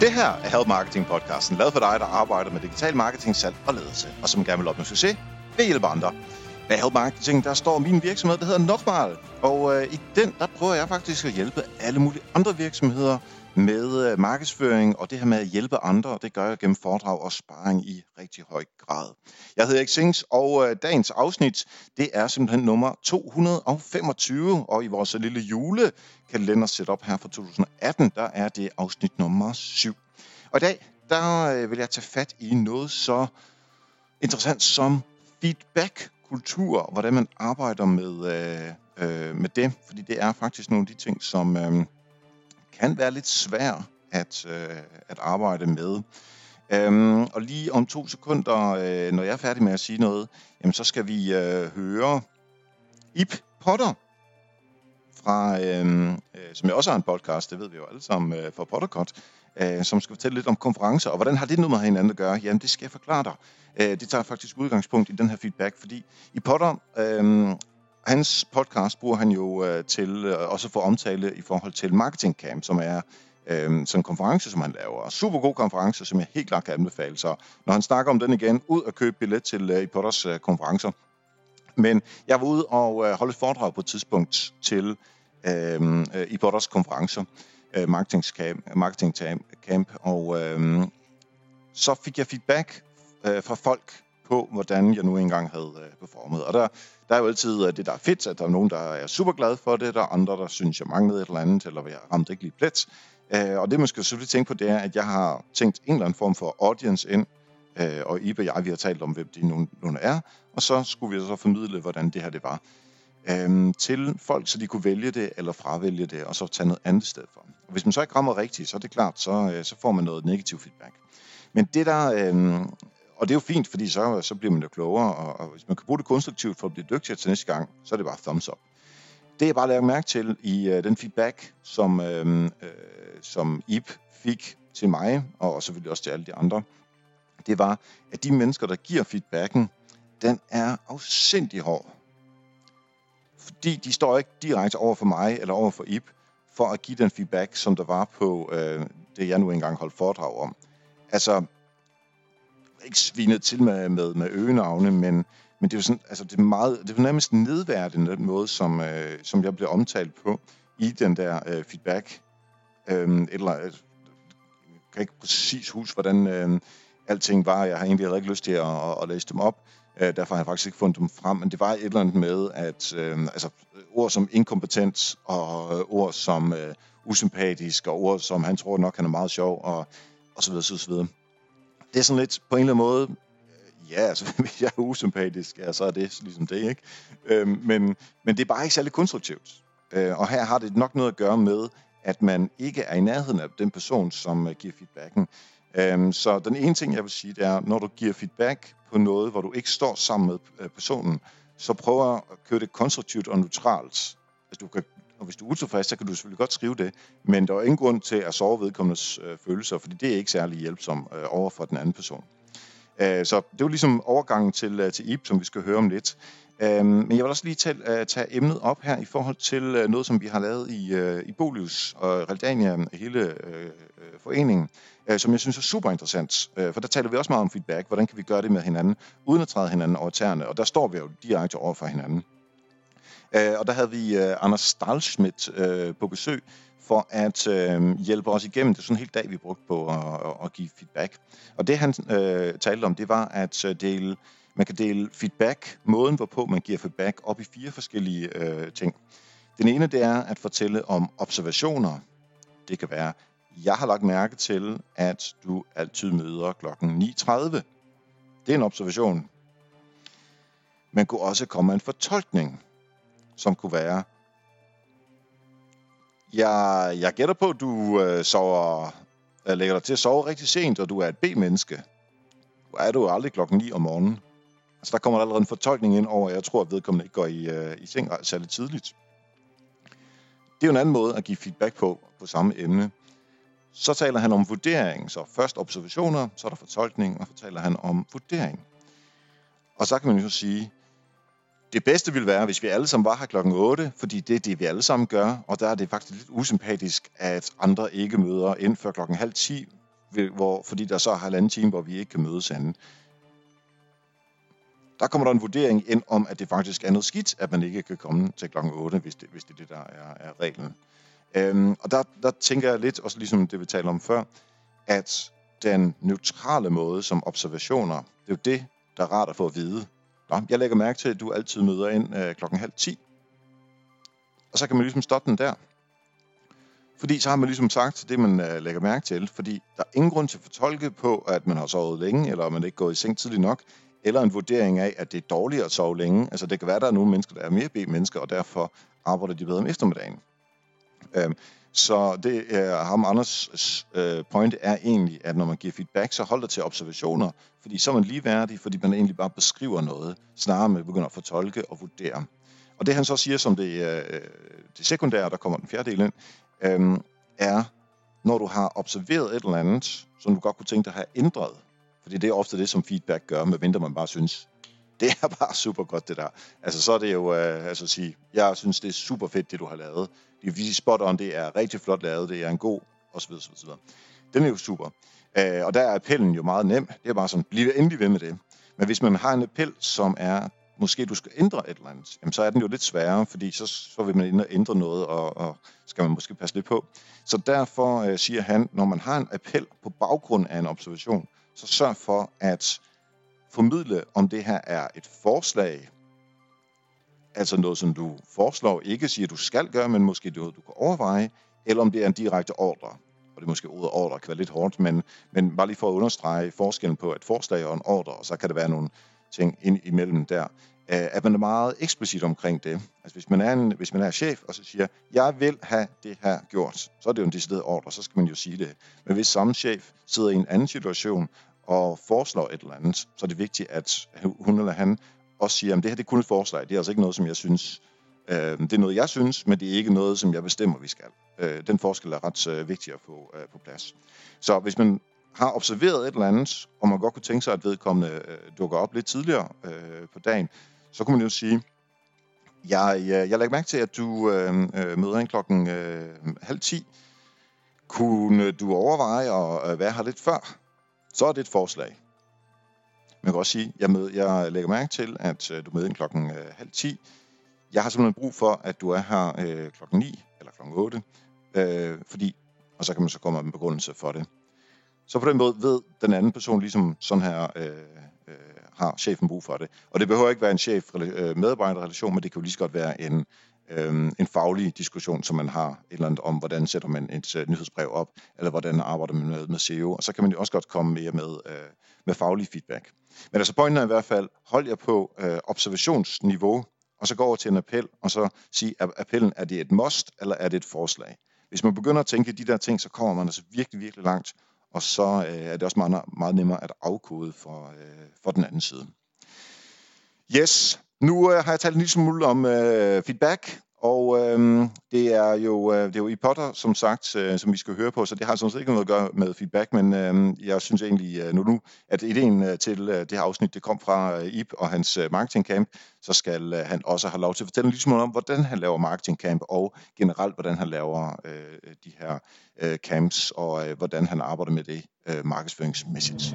Det her er Help Marketing podcasten, lavet for dig, der arbejder med digital marketing, salg og ledelse, og som gerne vil opnå succes ved at hjælpe andre. Med Help Marketing, der står min virksomhed, der hedder Nokmal, og i den, der prøver jeg faktisk at hjælpe alle mulige andre virksomheder med markedsføring, og det her med at hjælpe andre, det gør jeg gennem foredrag og sparring i rigtig høj grad. Jeg hedder Erik Sings, og dagens afsnit, det er simpelthen nummer 225, og i vores lille julekalender setup her fra 2018, der er det afsnit nummer 7. Og i dag, der vil jeg tage fat i noget så interessant som feedback-kultur, hvordan man arbejder med det, fordi det er faktisk nogle af de ting, som kan være lidt svært at arbejde med. Og lige om 2 sekunder, når jeg er færdig med at sige noget, jamen, så skal vi høre Ib Potter fra, som jeg også har en podcast, det ved vi jo alle sammen fra Pottercut, som skal fortælle lidt om konferencer, og hvordan har det noget med hinanden at gøre? Jamen, det skal jeg forklare dig. Det tager faktisk udgangspunkt i den her feedback, fordi i Potter, hans podcast bruger han jo til også for omtale i forhold til Marketing Camp, som er sådan en konference, som han laver. Super god konference, som jeg helt klart kan anbefale. Så når han snakker om den igen, ud og købe billet til i Potters konferencer. Men jeg var ude og holde et foredrag på et tidspunkt til i Potters konferencer, Marketing Camp, og så fik jeg feedback fra folk på, hvordan jeg nu engang havde performet. Og der er jo altid det, der er fedt, at der er nogen, der er super glade for det, der er andre, der synes, jeg manglede et eller andet, eller jeg ramte ikke lige plet. Og det, man skal selvfølgelig tænke på, det er, at jeg har tænkt en eller anden form for audience ind, og Ibe og jeg, vi har talt om, hvem de nogle er, og så skulle vi så formidle, hvordan det her det var, til folk, så de kunne vælge det, eller fravælge det, og så tage noget andet sted for. Og hvis man så ikke rammer rigtigt, så er det klart, så får man noget negativ feedback. Men det der... Og det er jo fint, fordi så bliver man jo klogere, og hvis man kan bruge det konstruktivt for at blive dygtigere til næste gang, så er det bare thumbs up. Det jeg bare lagde mærke til i den feedback, som Ib fik til mig, og selvfølgelig også til alle de andre, det var, at de mennesker, der giver feedbacken, den er afsindig hård. Fordi de står ikke direkte over for mig eller over for Ib, for at give den feedback, som der var på det, jeg nu engang holdt foredrag om. Altså, ikke svinet til med øgenavne, men det er jo sådan, altså det er nærmest nedværdigende den måde, som jeg blev omtalt på i den der feedback. Jeg kan ikke præcis huske, hvordan alting var. Jeg har egentlig ikke lyst til at læse dem op. Derfor har jeg faktisk ikke fundet dem frem, men det var et eller andet med, at ord som inkompetent og ord som usympatisk og ord som han tror nok han er meget sjov og så videre, så videre. Det er sådan lidt på en eller anden måde, ja, altså hvis jeg er usympatisk, ja, så er det ligesom det, ikke? Men det er bare ikke særlig konstruktivt. Og her har det nok noget at gøre med, at man ikke er i nærheden af den person, som giver feedbacken. Så den ene ting, jeg vil sige, det er, når du giver feedback på noget, hvor du ikke står sammen med personen, så prøv at køre det konstruktivt og neutralt. Og hvis du er utilfreds, så kan du selvfølgelig godt skrive det, men der er ingen grund til at såre vedkommendes følelser, fordi det er ikke særlig hjælpsomt over for den anden person. Så det er jo ligesom overgangen til Ib, som vi skal høre om lidt. Men jeg vil også lige tage emnet op her i forhold til noget, som vi har lavet i Bolius og Realdania, hele foreningen, som jeg synes er super interessant. For der taler vi også meget om feedback. Hvordan kan vi gøre det med hinanden, uden at træde hinanden over tæerne? Og der står vi jo direkte over for hinanden. Og der havde vi Anders Stahlschmidt på besøg for at hjælpe os igennem. Det er sådan en hel dag, vi brugte på at give feedback. Og det han talte om, det var, at man kan dele feedback, måden hvorpå man giver feedback, op i 4 forskellige ting. Den ene, det er at fortælle om observationer. Det kan være, jeg har lagt mærke til, at du altid møder klokken 9:30. Det er en observation. Man kunne også komme med en fortolkning, som kunne være, jeg gætter på, at du lægger dig til at sove rigtig sent, og du er et B-menneske. Du er du aldrig klokken 9 om morgenen. Altså der kommer der allerede en fortolkning ind over, jeg tror, at vedkommende ikke går i seng særlig tidligt. Det er jo en anden måde at give feedback på samme emne. Så taler han om vurdering. Så først observationer, så er der fortolkning, og så taler han om vurdering. Og så kan man jo sige, det bedste ville være, hvis vi alle sammen var her klokken 8, fordi det er det, vi alle sammen gør, og der er det faktisk lidt usympatisk, at andre ikke møder ind før klokken 9:30, fordi der så er 1,5 time, hvor vi ikke kan mødes anden. Der kommer der en vurdering ind om, at det faktisk er noget skidt, at man ikke kan komme til klokken 8, hvis det er det, der er reglen. Og der tænker jeg lidt, også ligesom det vi talte om før, at den neutrale måde som observationer, det er jo det, der er rart at få at vide. Nå, jeg lægger mærke til, at du altid møder ind klokken 9:30. Og så kan man ligesom stoppe den der. Fordi så har man ligesom sagt det, man lægger mærke til. Fordi der er ingen grund til at fortolke på, at man har sovet længe, eller at man ikke går i seng tidligt nok, eller en vurdering af, at det er dårligt at sove længe. Altså det kan være, at der er nogle mennesker, der er mere B-mennesker, og derfor arbejder de bedre om eftermiddagen. Så det ham Anders point er egentlig, at når man giver feedback, så hold dig til observationer, fordi så er man ligeværdig, fordi man egentlig bare beskriver noget, snarere med begynder at fortolke og vurdere. Og det han så siger som det sekundære, der kommer den fjerde del ind, er, når du har observeret et eller andet, som du godt kunne tænke dig at have ændret, fordi det er ofte det, som feedback gør, medmindre man bare synes, det er bare super godt det der. Altså så er det jo at sige, jeg synes det er super fedt det du har lavet. Det er virkelig spot on, det er rigtig flot lavet, det er en god osv. Den er jo super. Og der er appellen jo meget nem. Det er bare sådan, bliv endelig ved med det. Men hvis man har en appel, som er, måske du skal ændre et eller andet, jamen, så er den jo lidt sværere, fordi så vil man ændre noget, og skal man måske passe lidt på. Så derfor siger han, når man har en appel på baggrund af en observation, så sørg for at formidle, om det her er et forslag, altså noget, som du foreslår, ikke siger, du skal gøre, men måske noget, du kan overveje, eller om det er en direkte ordre. Og det er måske ordet ordre kan være lidt hårdt, men bare lige for at understrege forskellen på et forslag og en ordre, og så kan der være nogle ting ind imellem der, at man er meget eksplicit omkring det. Altså hvis man er chef, og så siger, jeg vil have det her gjort, så er det jo en decideret ordre, så skal man jo sige det. Men hvis samme chef sidder i en anden situation, og foreslår et eller andet, så er det vigtigt, at hun eller han også siger, at det her det er kun et forslag. Det er altså ikke noget, som jeg synes. Det er noget, jeg synes, men det er ikke noget, som jeg bestemmer, vi skal. Den forskel er ret vigtig at få på plads. Så hvis man har observeret et eller andet, og man godt kunne tænke sig, at vedkommende dukker op lidt tidligere på dagen, så kunne man jo sige, jeg lægger mærke til, at du møder ind klokken 9:30. Kunne du overveje at være her lidt før? Så er det et forslag. Man kan også sige, jeg lægger mærke til, at du møder ind klokken 9:30. Jeg har simpelthen brug for, at du er her klokken 9 eller klokken 8, fordi, og så kan man så komme med en begrundelse for det. Så på den måde ved den anden person ligesom sådan her, har chefen brug for det. Og det behøver ikke være en chef-medarbejderrelation, men det kan jo lige så godt være en faglig diskussion, som man har et eller andet om, hvordan sætter man et nyhedsbrev op, eller hvordan arbejder man med SEO, og så kan man jo også godt komme mere med faglig feedback. Men altså pointen er i hvert fald, hold jer på observationsniveau, og så gå over til en appel, og så sige, at appellen, er det et must, eller er det et forslag? Hvis man begynder at tænke de der ting, så kommer man altså virkelig, virkelig langt, og så er det også meget, meget nemmere at afkode for den anden side. Yes, nu har jeg talt en lille smule om feedback, og det er jo i Potter, som sagt, som vi skal høre på, så det har sådan set ikke noget at gøre med feedback, men jeg synes egentlig nu, at ideen til det her afsnit, det kom fra Ib og hans marketingcamp, så skal han også have lov til at fortælle en lille smule om, hvordan han laver marketingcamp, og generelt, hvordan han laver de her camps, og hvordan han arbejder med det markedsføringsmæssigt.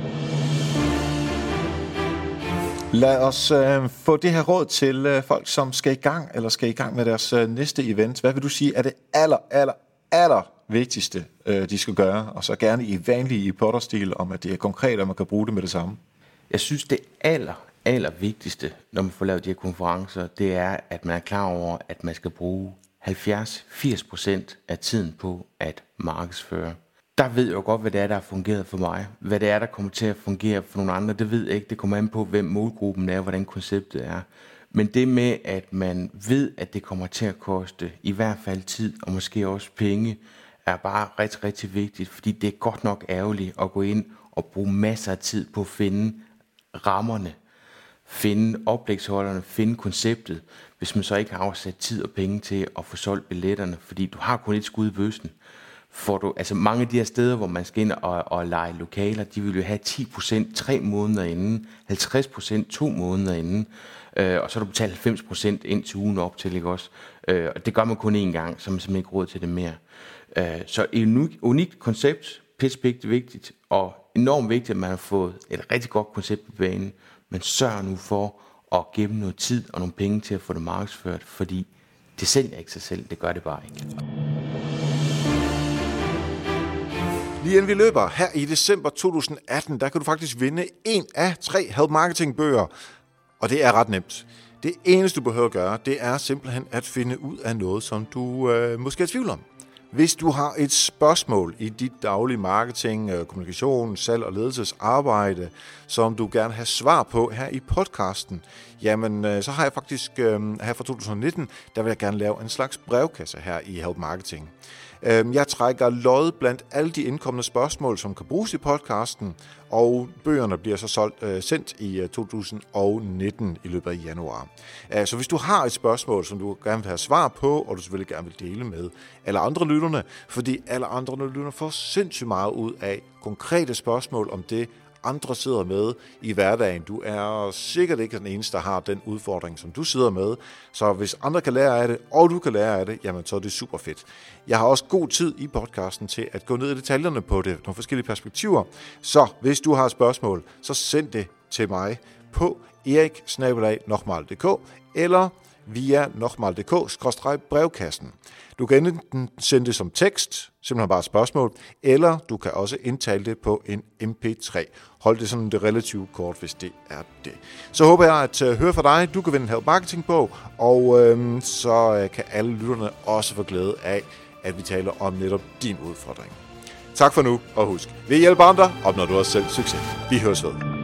Lad os få det her råd til folk, som skal i gang, eller skal i gang med deres næste event. Hvad vil du sige er det aller vigtigste, de skal gøre? Og så gerne i vanlig Potter-stil, om at det er konkret, og man kan bruge det med det samme. Jeg synes, det aller vigtigste, når man får lavet de her konferencer, det er, at man er klar over, at man skal bruge 70-80% af tiden på at markedsføre. Der ved jeg jo godt, hvad det er, der har fungeret for mig. Hvad det er, der kommer til at fungere for nogle andre, det ved jeg ikke. Det kommer an på, hvem målgruppen er, hvordan konceptet er. Men det med, at man ved, at det kommer til at koste i hvert fald tid, og måske også penge, er bare rigtig, rigtig vigtigt. Fordi det er godt nok ærgerligt at gå ind og bruge masser af tid på at finde rammerne, finde oplægsholderne, finde konceptet, hvis man så ikke har afsat tid og penge til at få solgt billetterne. Fordi du har kun et skud i bøssen. Altså mange af de her steder, hvor man skal ind og lege lokaler, de vil jo have 10% 3 måneder inden, 50% 2 måneder inden, og så har du betalt 90% ind til ugen op til, ikke også? Og det gør man kun én gang, så man simpelthen ikke råd til det mere. Så et unikt koncept, pitch vigtigt, og enormt vigtigt, at man har fået et rigtig godt koncept på banen, men sørg nu for at give dem noget tid og nogle penge til at få det markedsført, fordi det sælger ikke sig selv, det gør det bare ikke. Lige inden vi løber, her i december 2018, der kan du faktisk vinde 1 af 3 Help Marketing bøger, og det er ret nemt. Det eneste, du behøver at gøre, det er simpelthen at finde ud af noget, som du måske er i tvivl om. Hvis du har et spørgsmål i dit daglige marketing, kommunikation, salg og ledelsesarbejde, som du gerne vil have svar på her i podcasten, jamen så har jeg faktisk her fra 2019, der vil jeg gerne lave en slags brevkasse her i Help Marketing. Jeg trækker lod blandt alle de indkommende spørgsmål, som kan bruges i podcasten, og bøgerne bliver så sendt i 2019 i løbet af januar. Så hvis du har et spørgsmål, som du gerne vil have svar på, og du selvfølgelig gerne vil dele med alle andre lytterne, fordi alle andre lytterne får sindssygt meget ud af konkrete spørgsmål om det, andre sidder med i hverdagen. Du er sikkert ikke den eneste, der har den udfordring, som du sidder med. Så hvis andre kan lære af det, og du kan lære af det, jamen så er det super fedt. Jeg har også god tid i podcasten til at gå ned i detaljerne på det, nogle forskellige perspektiver. Så hvis du har et spørgsmål, så send det til mig på erik@nokmal.dk eller via nokmal.dk/brevkassen. Du kan enten sende det som tekst, simpelthen bare et spørgsmål, eller du kan også indtale det på en MP3. Hold det sådan det relativt kort, hvis det er det. Så håber jeg at høre fra dig. Du kan vinde en Help Marketing bog, og så kan alle lytterne også få glæde af, at vi taler om netop din udfordring. Tak for nu, og husk, ved at hjælpe andre opnår du også selv succes. Vi høres ved.